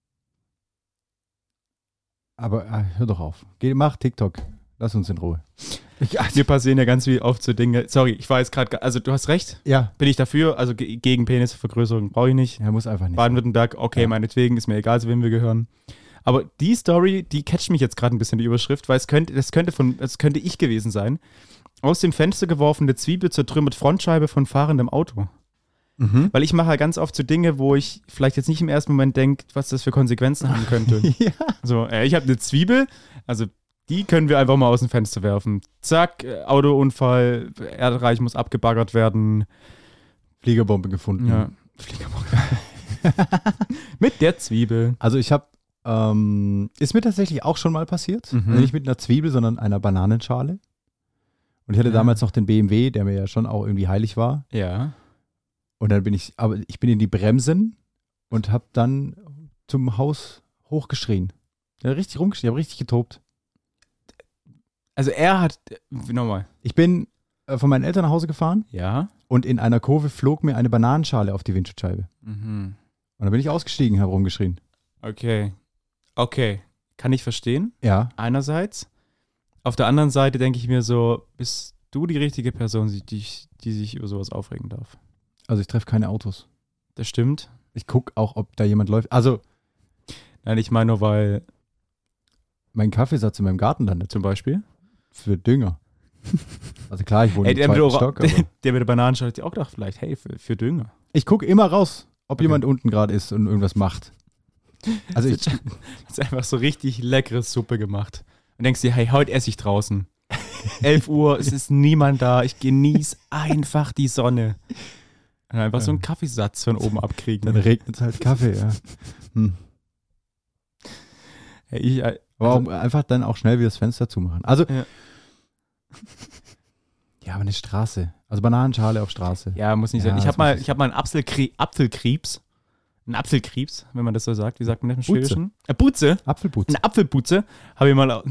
aber äh, hör doch auf. Geh, mach TikTok. Lass uns in Ruhe. Ich, also, Mir passieren ja ganz wie oft so Dinge. Sorry, ich war jetzt gerade, also du hast recht, ja, bin ich dafür, also ge- gegen Penisvergrößerung brauche ich nicht. er muss einfach nicht. Baden-Württemberg, okay, Ja. meinetwegen, ist mir egal, zu wem wir gehören. Aber die Story, die catcht mich jetzt gerade ein bisschen, die Überschrift, weil es könnte, das könnte von, das könnte ich gewesen sein. Aus dem Fenster geworfene Zwiebel zertrümmert Frontscheibe von fahrendem Auto. Mhm. Weil ich mache halt ganz oft so Dinge, wo ich vielleicht jetzt nicht im ersten Moment denke, was das für Konsequenzen haben könnte. Ja. So, äh, ich habe eine Zwiebel, also die können wir einfach mal aus dem Fenster werfen. Zack, äh, Autounfall, Erdreich muss abgebaggert werden. Fliegerbombe gefunden. Ja, Fliegerbombe. Mit der Zwiebel. Also ich habe, ähm, ist mir tatsächlich auch schon mal passiert. Mhm. Also nicht mit einer Zwiebel, sondern einer Bananenschale. Und ich hatte Ja. damals noch den B M W, der mir ja schon auch irgendwie heilig war. Ja. Und dann bin ich, aber ich bin in die Bremsen und habe dann zum Haus hochgeschrien. Ja, richtig rumgeschrien, ich habe richtig getobt. Also er hat, äh, nochmal. Ich bin äh, von meinen Eltern nach Hause gefahren Ja. und in einer Kurve flog mir eine Bananenschale auf die Windschutzscheibe. Mhm. Und dann bin ich ausgestiegen, habe rumgeschrien. Okay. Okay. Kann ich verstehen, Ja. einerseits. Auf der anderen Seite denke ich mir so, bist du die richtige Person, die, die, die sich über sowas aufregen darf? Also ich treffe keine Autos. Das stimmt. Ich gucke auch, ob da jemand läuft. Also Nein, ich meine nur, weil mein Kaffeesatz in meinem Garten landet zum Beispiel für Dünger. Also klar, ich wohne Ey, im der, mit zweiten der, Stock, aber der mit der Bananenschale hat sich auch gedacht, vielleicht, hey, für, für Dünger. ich gucke immer raus, ob Okay. jemand unten gerade ist und irgendwas macht. Also ich, Hast einfach so richtig leckere Suppe gemacht. Und denkst dir, hey, heute esse ich draußen. elf Uhr, es ist niemand da, ich genieße einfach die Sonne. Und einfach so einen Kaffeesatz von oben abkriegen. dann regnet es halt Kaffee, ja. Hm. Hey, ich, äh, Aber also, auch einfach dann auch schnell wieder das Fenster zumachen. Also, Ja. ja, aber eine Straße. Also Bananenschale auf Straße. ja, muss nicht Ja, sein. Ich das habe mal, muss ich hab mal einen Apfelkrie Apfelkriebs. Einen Apfelkriebs, wenn man das so sagt. Wie sagt man das im Butze. Schwedischen? Äh, Butze. Apfelputz. Eine Apfelbutze habe ich mal. hab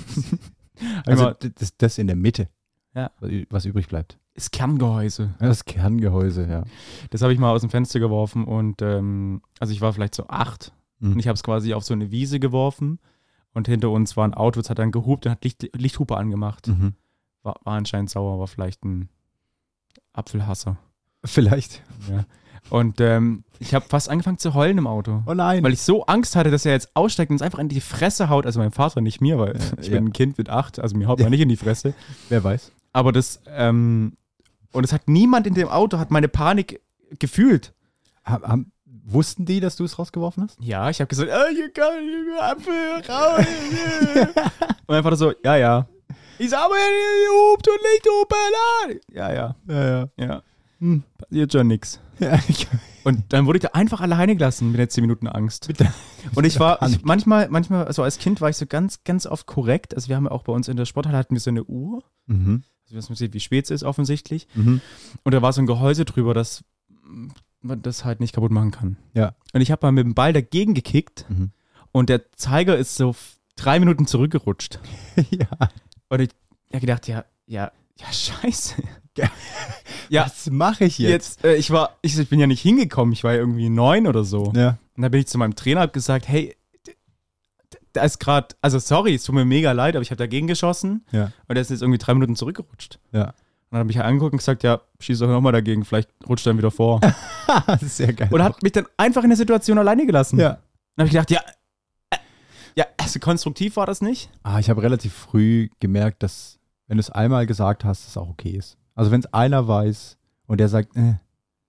ich Also mal d- das, das in der Mitte, Ja. was ü- was übrig bleibt. das Kerngehäuse. Ja, das Kerngehäuse, ja. Das habe ich mal aus dem Fenster geworfen und ähm, also ich war vielleicht so acht Mhm. und ich habe es quasi auf so eine Wiese geworfen und hinter uns war ein Auto, das hat dann gehupt und hat Licht, Lichthupe angemacht. Mhm. War, war anscheinend sauer, war vielleicht ein Apfelhasser. Vielleicht. Ja. Und ähm, ich habe fast angefangen zu heulen im Auto. Oh nein. Weil ich so Angst hatte, dass er jetzt aussteigt und uns einfach in die Fresse haut. Also mein Vater, nicht mir, weil ich ja. bin ein Kind mit acht, also mir haut man nicht in die Fresse. Wer weiß. Aber das, ähm, und es hat niemand in dem Auto, hat meine Panik gefühlt. Haben, haben, wussten die, dass du es rausgeworfen hast? Ja, ich habe gesagt, oh, hier kann ich Apfel raus. Und mein Vater so, ja, ja. Ich sag mal, hupt und nicht hupen. Ja, ja, Ja, ja. ja. Hm. Passiert schon nix. Ja, ich, Und dann wurde ich da einfach alleine gelassen mit der zehn Minuten Angst. Und ich war, ich, manchmal, manchmal, so als Kind war ich so ganz, ganz oft korrekt. Also wir haben ja auch bei uns in der Sporthalle hatten wir so eine Uhr. mhm. Also man sieht, wie spät es ist offensichtlich. Mhm. Und da war so ein Gehäuse drüber, dass man das halt nicht kaputt machen kann. Ja. Und ich habe mal mit dem Ball dagegen gekickt Mhm. und der Zeiger ist so f- drei Minuten zurückgerutscht. Ja. Und ich habe gedacht, ja, ja, ja, scheiße. Ja. Ja, Was mache ich jetzt? jetzt, äh, ich war, ich, ich bin ja nicht hingekommen, ich war ja irgendwie neun oder so. Ja. Und dann bin ich zu meinem Trainer und hab gesagt, hey, d- d- da ist gerade, also sorry, es tut mir mega leid, aber ich habe dagegen geschossen Ja. und der ist jetzt irgendwie drei Minuten zurückgerutscht. Ja. Und dann habe ich halt angeguckt und gesagt, ja, schieß doch nochmal dagegen, vielleicht rutscht er dann wieder vor. Das ist sehr geil. Und hat mich dann einfach in der Situation alleine gelassen. ja. Dann habe ich gedacht, ja, äh, ja, also konstruktiv war das nicht. Ah, ich habe relativ früh gemerkt, dass, wenn du es einmal gesagt hast, es auch okay ist. Also wenn es einer weiß und der sagt, äh,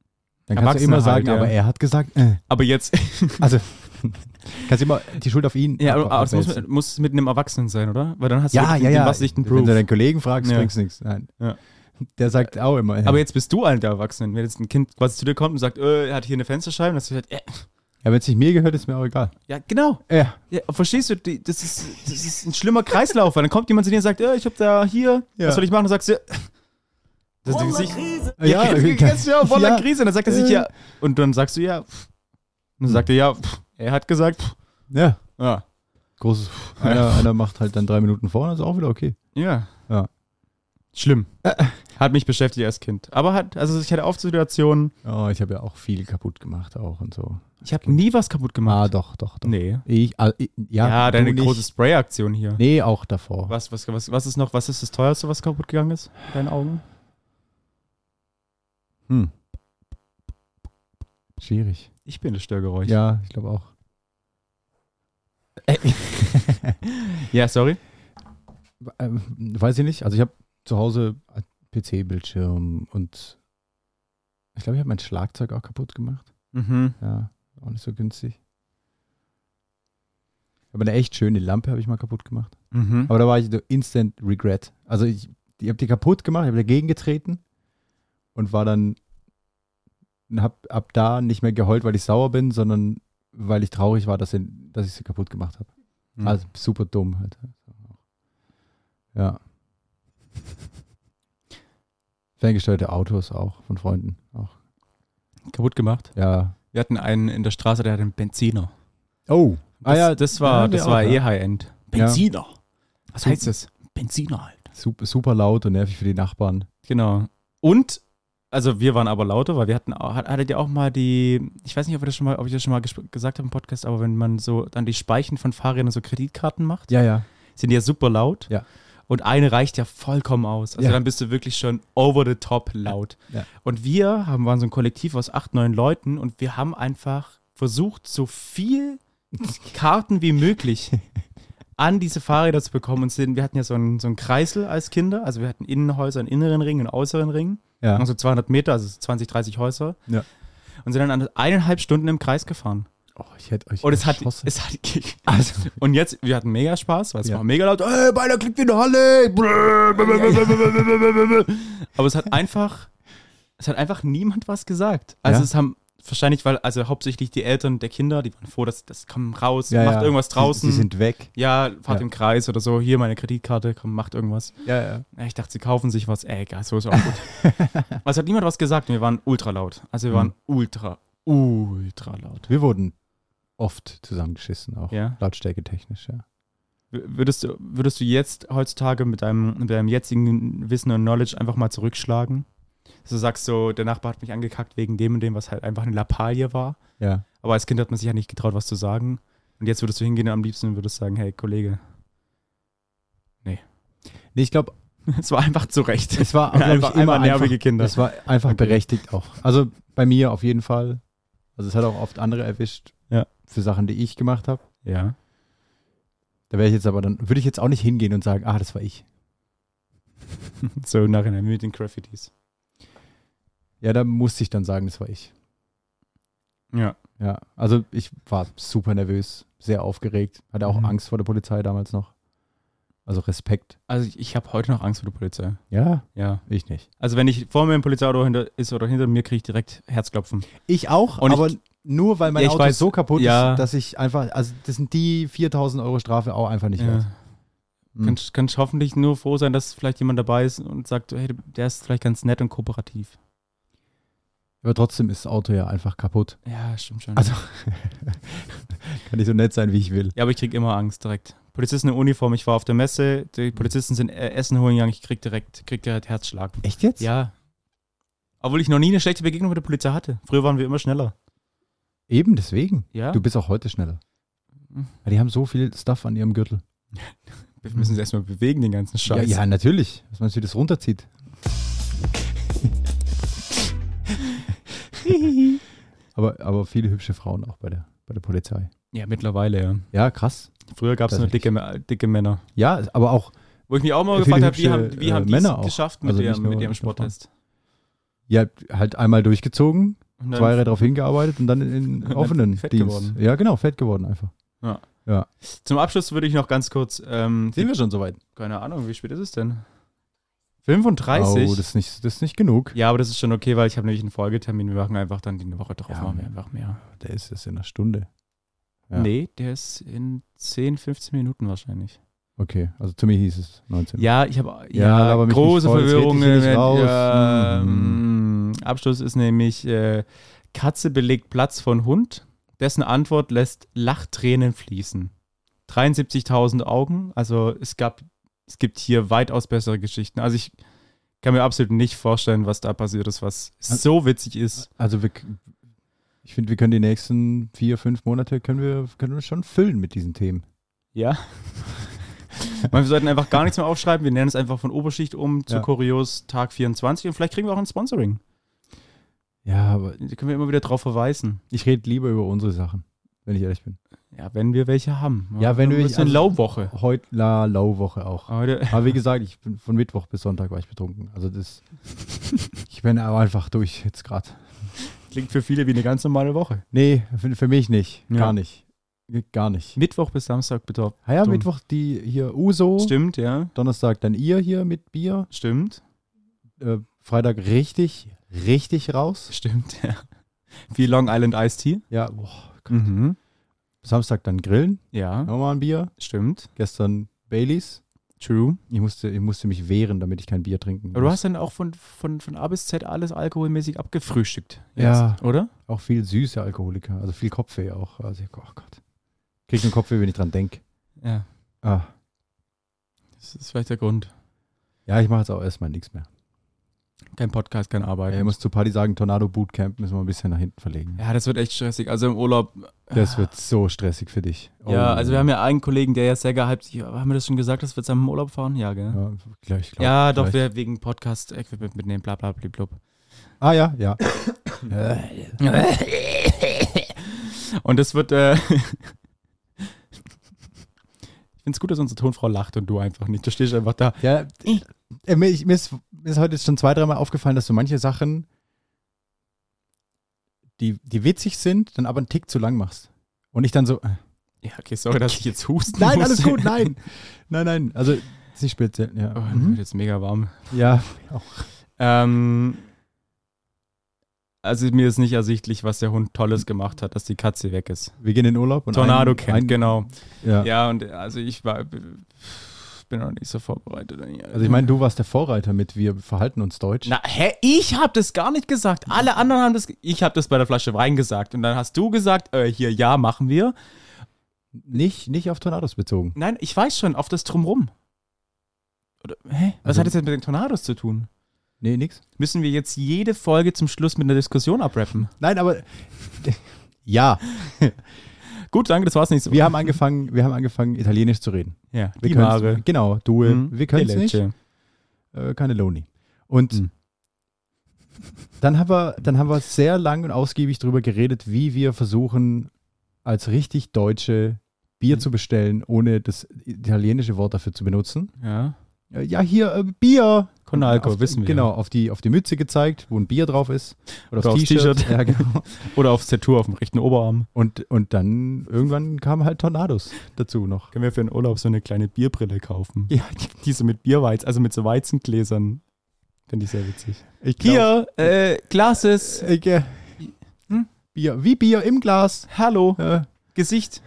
Dann kannst du Erwachsene immer halt, sagen, ja. aber er hat gesagt, äh. Aber jetzt, Also, kannst du immer die Schuld auf ihn ja, ab- aber, aber es muss, abwälzen. muss mit einem Erwachsenen sein, oder? Weil dann hast du Ja, wirklich ja, den ja. wasserdichten Wenn Proof. du deinen Kollegen fragst, Ja. bringst nichts. Nein. Ja. Der sagt auch immer. äh. Aber jetzt bist du einer der Erwachsenen. Wenn jetzt ein Kind quasi zu dir kommt und sagt, äh, er hat hier eine Fensterscheibe, dann hast du gesagt, äh, Ja, wenn es nicht mir gehört, ist mir auch egal. ja, genau. Ja. Ja, verstehst du, die, das, ist, das ist ein schlimmer Kreislauf, weil dann kommt jemand zu dir und sagt, äh, ich hab da hier, Ja. was soll ich machen? Und sagst du, ja, das ist sich, Ja, jetzt ja, voller ja. Krise. Und dann sagt er sich, ja, und dann sagst du, ja, pff. Und dann sagt er, ja, pff. Er hat gesagt, pff. Ja. ja, Großes. Einer, einer macht halt dann drei Minuten vorne, ist auch wieder okay. ja. Ja. Schlimm. Hat mich beschäftigt als Kind. Aber hat, also ich hatte oft Situationen, Oh, ich habe ja auch viel kaputt gemacht auch und so. ich habe nie was kaputt Ah, gemacht. doch, doch, doch. Nee. Ich, ah, ich, ja, Ja, du deine nicht. große Spray-Aktion hier. Nee, auch davor. Was, was, was, was ist noch, was ist das teuerste, was kaputt gegangen ist? In deinen Augen? Hm. Schwierig. Ich bin das Störgeräusch. Ja, ich glaube auch. Ja, sorry. Ähm, weiß ich nicht. Also ich habe zu Hause P C-Bildschirm und ich glaube, ich habe mein Schlagzeug auch kaputt gemacht. Mhm. Ja, auch nicht so günstig. Aber eine echt schöne Lampe habe ich mal kaputt gemacht. Mhm. Aber da war ich so instant regret. Also ich, ich habe die kaputt gemacht, ich habe dagegen getreten und war dann, habe ab da nicht mehr geheult, weil ich sauer bin, sondern weil ich traurig war, dass, sie, dass ich sie kaputt gemacht habe. Mhm. Also super dumm halt. Ja. Ferngesteuerte Autos auch von Freunden. Auch. Kaputt gemacht. Ja. Wir hatten einen in der Straße, der hatte einen Benziner. Oh. Das, ah ja, das war, ja, das wir war auch, eh ja. High-End. Ja. Benziner. Was Super- heißt das? Benziner halt. Super, super laut und nervig für die Nachbarn. Genau. Und, also wir waren aber lauter, weil wir hatten auch, hat- hattet ihr auch mal die, ich weiß nicht, ob, wir das schon mal, ob ich das schon mal gesp- gesagt habe im Podcast, aber wenn man so dann die Speichen von Fahrrädern so Kreditkarten macht, Ja, ja. sind die ja super laut. Ja. Und eine reicht ja vollkommen aus. Also Ja. dann bist du wirklich schon over the top laut. Ja. Und wir haben, waren so ein Kollektiv aus acht, neun Leuten und wir haben einfach versucht, so viel Karten wie möglich an diese Fahrräder zu bekommen. Und sind, wir hatten ja so einen, so einen Kreisel als Kinder. Also wir hatten Innenhäuser, einen inneren Ring und einen äußeren Ring. Ja. Also zweihundert Meter, also zwanzig, dreißig Häuser. Ja. Und sind dann an eineinhalb Stunden im Kreis gefahren. Oh, ich hätte euch Und es hat, erschossen. es hat Also, und jetzt, wir hatten mega Spaß, weil es Ja. war mega laut. Hey, beinahe klickt in der Halle. Aber es hat einfach, es hat einfach niemand was gesagt. Also Ja. es haben wahrscheinlich, weil, also hauptsächlich die Eltern der Kinder, die waren froh, dass das kommen raus, ja, macht ja. irgendwas draußen. Sie, sie sind weg. ja, fahrt Ja. im Kreis oder so. Hier meine Kreditkarte, komm, macht irgendwas. Ja, ja. Ja, ich dachte, sie kaufen sich was. Ey, egal, so ist auch gut. Aber es hat niemand was gesagt und wir waren ultra laut. Also wir waren Mhm. ultra, ultra laut. Wir wurden oft zusammengeschissen, auch Ja. Lautstärke technisch, ja. W- Würdest du, würdest du jetzt heutzutage mit deinem, mit deinem jetzigen Wissen und Knowledge einfach mal zurückschlagen? Dass du sagst so, der Nachbar hat mich angekackt wegen dem und dem, was halt einfach eine Lappalie war. Ja. Aber als Kind hat man sich ja nicht getraut, was zu sagen. Und jetzt würdest du hingehen und am liebsten würdest sagen, hey Kollege, Nee, ich glaube, es war einfach zurecht. es war glaub ich, einfach, immer einfach nervige einfach, Kinder. Es war einfach Okay. berechtigt auch. Also bei mir auf jeden Fall. Also es hat auch oft andere erwischt. Ja. Für Sachen, die ich gemacht habe. Ja. Da wäre ich jetzt aber dann, würde ich jetzt auch nicht hingehen und sagen, ah, das war ich. So nachher mit den Graffitis. Ja, da musste ich dann sagen, das war ich. Ja. Ja, also ich war super nervös, sehr aufgeregt, hatte auch Mhm. Angst vor der Polizei damals noch. Also Respekt. Also ich, ich habe heute noch Angst vor der Polizei. Ja, Ja. ich nicht. Also wenn ich vor mir ein Polizeiauto hinter ist oder hinter mir, kriege ich direkt Herzklopfen. Ich auch, Und aber ich- nur weil mein Ja, ich Auto weiß, so kaputt ja. ist, dass ich einfach, also das sind die viertausend Euro Strafe auch einfach nicht wert. Ja. Mhm. Kannst, kannst hoffentlich nur froh sein, dass vielleicht jemand dabei ist und sagt, hey, der ist vielleicht ganz nett und kooperativ. Aber trotzdem ist das Auto ja einfach kaputt. Ja, stimmt schon. Also kann ich so nett sein, wie ich will. ja, aber ich krieg immer Angst direkt. Polizisten in Uniform, ich war auf der Messe, die Polizisten sind äh, Essen holen gegangen, ich krieg direkt, krieg direkt Herzschlag. Echt jetzt? Ja. Obwohl ich noch nie eine schlechte Begegnung mit der Polizei hatte. Früher waren wir immer schneller. Eben deswegen. Ja. Du bist auch heute schneller. Mhm. Ja, die haben so viel Stuff an ihrem Gürtel. Wir müssen uns erstmal bewegen, den ganzen Ja, Scheiß. ja, natürlich. Was meinst du, wie das runterzieht? aber, aber viele hübsche Frauen auch bei der, bei der Polizei. Ja, mittlerweile, ja. Ja, krass. Früher gab es nur dicke, Mä- dicke Männer. Ja, aber auch, Wo ich mich auch mal Viele gefragt habe, wie hübsche, haben, wie äh, haben die Männer es auch. geschafft mit, Also ihrem, nicht nur- mit ihrem nicht nur Frauen. Sporttest? ja, halt einmal durchgezogen Und dann zwei Jahre darauf hingearbeitet und dann in dann offenen fett Dienst. geworden. Ja, genau, fett geworden einfach. Ja. Ja. Zum Abschluss würde ich noch ganz kurz. Ähm, Sind wir schon soweit? keine Ahnung, wie spät ist es denn? fünfunddreißig? Oh, das ist nicht, das ist nicht genug. Ja, aber das ist schon okay, weil ich habe nämlich einen Folgetermin. Wir machen einfach dann die Woche drauf, Ja. machen wir einfach mehr. Der ist jetzt in einer Stunde. Ja. Nee, der ist in zehn, fünfzehn Minuten wahrscheinlich. Okay, also zu mir hieß es neunzehn. Ja, ich habe Ja, ja, aber mich große nicht voll, das red ich Verwirrung. hier nicht mit- raus. Ja, Mhm. mm, Abschluss ist nämlich äh, Katze belegt Platz von Hund. Dessen Antwort lässt Lachtränen fließen. dreiundsiebzigtausend Augen. Also es gab, es gibt hier weitaus bessere Geschichten. Also ich kann mir absolut nicht vorstellen, was da passiert ist, was so witzig ist. Also wir, ich finde, wir können die nächsten vier, fünf Monate können wir, können wir schon füllen mit diesen Themen. Ja. Wir sollten einfach gar nichts mehr aufschreiben. Wir nennen es einfach von Oberschicht um zu Ja. Kurios Tag vierundzwanzig und vielleicht kriegen wir auch ein Sponsoring. Ja, aber Da können wir immer wieder drauf verweisen. ich rede lieber über unsere Sachen, wenn ich ehrlich bin. Ja, wenn wir welche haben. Ja, wenn wir- Das ist eine also- Low-Woche. Heute, la, Lau-Woche auch. Heute. Aber wie gesagt, ich bin von Mittwoch bis Sonntag war ich betrunken. Also das, ich bin aber einfach durch jetzt gerade. Klingt für viele wie eine ganz normale Woche. Nee, für, für mich nicht. Ja. Gar nicht. Gar nicht. Mittwoch bis Samstag bitte. Ah ja, Dumm. Mittwoch die hier Uso. Stimmt, ja. Donnerstag dann ihr hier mit Bier. Stimmt. Äh, Freitag richtig, richtig raus. Stimmt, ja. Wie Long Island Iced Tea. Ja, boah. Mhm. Samstag dann grillen. Ja, Nochmal ein Bier. stimmt. Gestern Baileys. True. Ich musste, ich musste mich wehren, damit ich kein Bier trinken Aber du muss. hast dann auch von, von, von A bis Z alles alkoholmäßig abgefrühstückt. Ja. Jetzt, oder? Auch viel süße Alkoholiker. Also viel Kopfweh auch. Also, oh Gott. Krieg einen Kopfweh, wenn ich dran denke. Ja. Ah. Das ist vielleicht der Grund. Ja, ich mache jetzt auch erstmal nichts mehr. Kein Podcast, kein Arbeit. Ja, ich muss zu Party sagen, Tornado Bootcamp müssen wir ein bisschen nach hinten verlegen. Ja, das wird echt stressig. Also im Urlaub. Das wird so stressig für dich. Oh. Ja, also wir haben ja einen Kollegen, der ja sehr gehypt. Ja, haben wir das schon gesagt, dass wir zusammen im Urlaub fahren? Ja, gell? Ja, gleich, glaub, Ja, doch, gleich. wir wegen Podcast-Equipment mitnehmen, bla bla blub. Ah ja, ja. Und das wird, äh, ich finde es gut, dass unsere Tonfrau lacht und du einfach nicht. Du stehst einfach da. Ja, äh, mir, ich- mir, ist, mir ist heute schon zwei, dreimal aufgefallen, dass so manche Sachen, die, die witzig sind, dann aber einen Tick zu lang machst. Und ich dann so, äh, Ja, okay, sorry, dass ich jetzt husten nein, muss. alles gut, nein. Nein, nein, also sie speziell, ja. Oh, mir Mhm. wird jetzt mega warm. Ja, auch. Ähm, also mir ist nicht ersichtlich, was der Hund Tolles gemacht hat, dass die Katze weg ist. Wir gehen in den Urlaub. Und Tornado ein- Camp, ein- genau. Ja. Ja, und also ich war, bin noch nicht so vorbereitet. Also ich meine, du warst der Vorreiter mit wir verhalten uns deutsch. Na, hä? Ich habe das gar nicht gesagt. Alle anderen haben das, ich habe das bei der Flasche Wein gesagt. Und dann hast du gesagt, äh, hier, ja, machen wir. Nicht, nicht auf Tornados bezogen. Nein, ich weiß schon, auf das Drumrum. Oder, hä? Was Also- hat das jetzt mit den Tornados zu tun? Nee, nix. Müssen wir jetzt jede Folge zum Schluss mit einer Diskussion abrappen? Nein, aber ja, Gut, danke, das war's nicht so. wir haben angefangen, wir haben angefangen, Italienisch zu reden. ja, Wir die können's- Mare. Genau, du, Mhm. wir können es nicht. Leche. Äh, keine Loni. Und Mhm. dann, haben wir, dann haben wir sehr lang und ausgiebig darüber geredet, wie wir versuchen, als richtig Deutsche Bier Mhm. zu bestellen, ohne das italienische Wort dafür zu benutzen. Ja. Äh, Ja, hier, äh, Bier. Konalko, Auf- wissen wir. Genau, auf die, auf die Mütze gezeigt, wo ein Bier drauf ist. Oder, Oder aufs aufs T-Shirt. T-Shirt. Ja, genau. Oder aufs Tattoo auf dem rechten Oberarm. Und, und dann irgendwann kamen halt Tornados dazu noch. Können wir für den Urlaub so eine kleine Bierbrille kaufen? Ja, Die so mit Bierweiz, also mit so Weizengläsern. Finde ich sehr witzig. ich glaub, Hier, äh, Glases. Ich, äh, Hm? Bier, wie Bier im Glas. Hallo. Äh, Gesicht.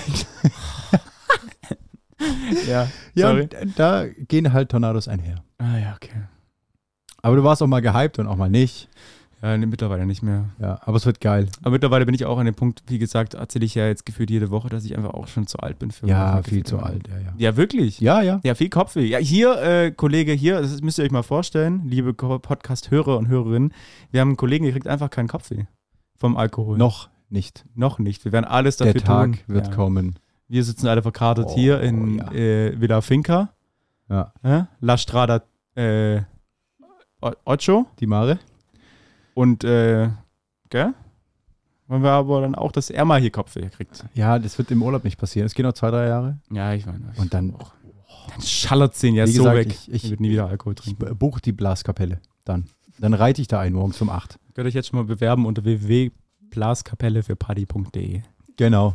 ja, ja, sorry. und da gehen halt Tornados einher. Ah ja, okay. Aber du warst auch mal gehypt und auch mal nicht. Ja, nee, mittlerweile nicht mehr. Ja, aber es wird geil. Aber mittlerweile bin ich auch an dem Punkt, wie gesagt, erzähle ich ja jetzt gefühlt jede Woche, dass ich einfach auch schon zu alt bin für Ja, meine viel Gefühle. zu alt. Ja, ja. Ja, wirklich? Ja, ja. Ja, viel Kopfweh. Ja, hier, äh, Kollege, hier, das müsst ihr euch mal vorstellen, liebe Ko- Podcast-Hörer und Hörerinnen, wir haben einen Kollegen, der kriegt einfach keinen Kopfweh vom Alkohol. Noch nicht. Noch nicht. Wir werden alles Der dafür Tag tun. wird ja. kommen. Wir sitzen alle verkartet Oh, hier in ja. äh, Villa Finca, Ja. äh? La Strada äh, O- Ocho Die Mare? und, äh, gell? Wollen wir aber dann auch, dass er mal hier Kopfweh kriegt. Ja, das wird im Urlaub nicht passieren. Es geht noch zwei, drei Jahre. Ja, ich meine. Und dann- Auch. Dann schallert es ihn ja Wie so gesagt, weg. ich- ich- Ich, wird nie wieder Alkohol Ich trinken. buche die Blaskapelle dann. Dann reite ich da ein morgens um acht. Könnt ihr euch jetzt schon mal bewerben unter w w w punkt blaskapelle für party punkt d e. Genau.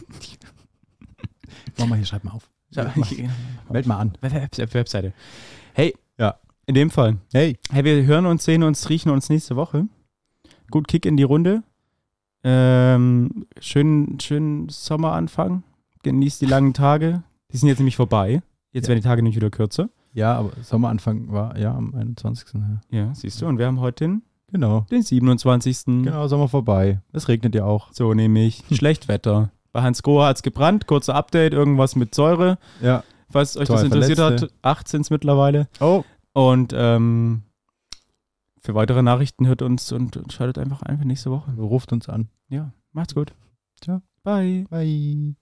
Mach mal hier, schreib mal auf. Ja, Meld mal an. Web- Webseite. Hey, Ja. in dem Fall. Hey. Hey, wir hören uns, sehen uns, riechen uns nächste Woche. Gut Kick in die Runde. Ähm, schönen, schönen Sommeranfang. Genießt die langen Tage. Die sind jetzt nämlich vorbei. Jetzt Ja. werden die Tage nämlich wieder kürzer. Ja, aber Sommeranfang war ja am einundzwanzigsten Ja, siehst du. Und wir haben heute den, Genau. den siebenundzwanzigsten Genau, Sommer vorbei. Es regnet ja auch. So nämlich. Schlecht Wetter. Bei Hans Grohe hat es gebrannt. Kurzer Update. Irgendwas mit Säure. Ja. Falls euch Zwei das interessiert Verletzte. hat, acht sind es mittlerweile. Oh. Und ähm, für weitere Nachrichten hört uns und, und schaltet einfach ein für nächste Woche. Ruft uns an. Ja, macht's gut. Ciao. Bye. Bye.